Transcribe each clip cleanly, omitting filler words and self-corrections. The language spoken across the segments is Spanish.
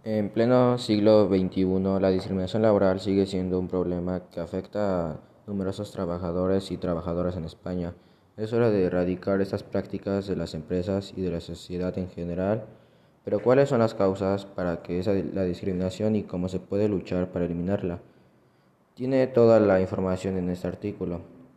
En pleno siglo XXI, la discriminación laboral sigue siendo un problema que afecta a numerosos trabajadores y trabajadoras en España. Es hora de erradicar estas prácticas de las empresas y de la sociedad en general. Pero ¿cuáles son las causas para que la discriminación y cómo se puede luchar para eliminarla? Tiene toda la información en este artículo.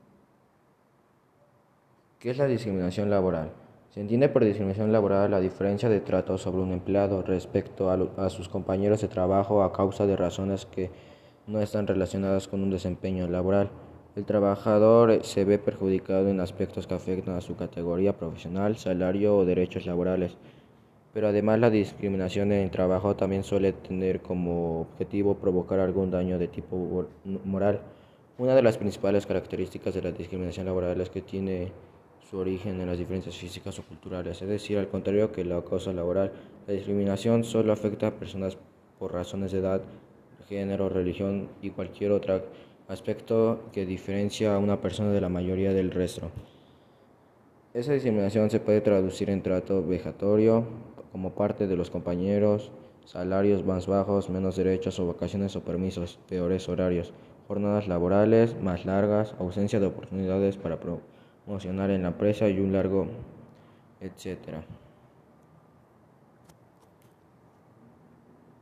¿Qué es la discriminación laboral? Se entiende por discriminación laboral la diferencia de trato sobre un empleado respecto a sus compañeros de trabajo a causa de razones que no están relacionadas con un desempeño laboral. El trabajador se ve perjudicado en aspectos que afectan a su categoría profesional, salario o derechos laborales. Pero además la discriminación en el trabajo también suele tener como objetivo provocar algún daño de tipo moral. Una de las principales características de la discriminación laboral es que tiene su origen en las diferencias físicas o culturales, es decir, al contrario que la causa laboral, la discriminación solo afecta a personas por razones de edad, género, religión y cualquier otro aspecto que diferencia a una persona de la mayoría del resto. Esa discriminación se puede traducir en trato vejatorio como parte de los compañeros, salarios más bajos, menos derechos o vacaciones o permisos, peores horarios, jornadas laborales más largas, ausencia de oportunidades para promocionar en la empresa y un largo etcétera.